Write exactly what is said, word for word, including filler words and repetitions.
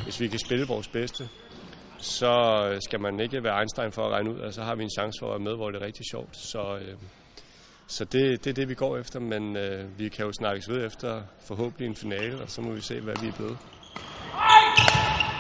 hvis vi kan spille vores bedste, så skal man ikke være Einstein for at regne ud, og så har vi en chance for at være med, hvor det er rigtig sjovt. Så, øh, så det, det er det, vi går efter, men øh, vi kan jo snakkes ved efter forhåbentlig en finale, og så må vi se, hvad vi er blevet.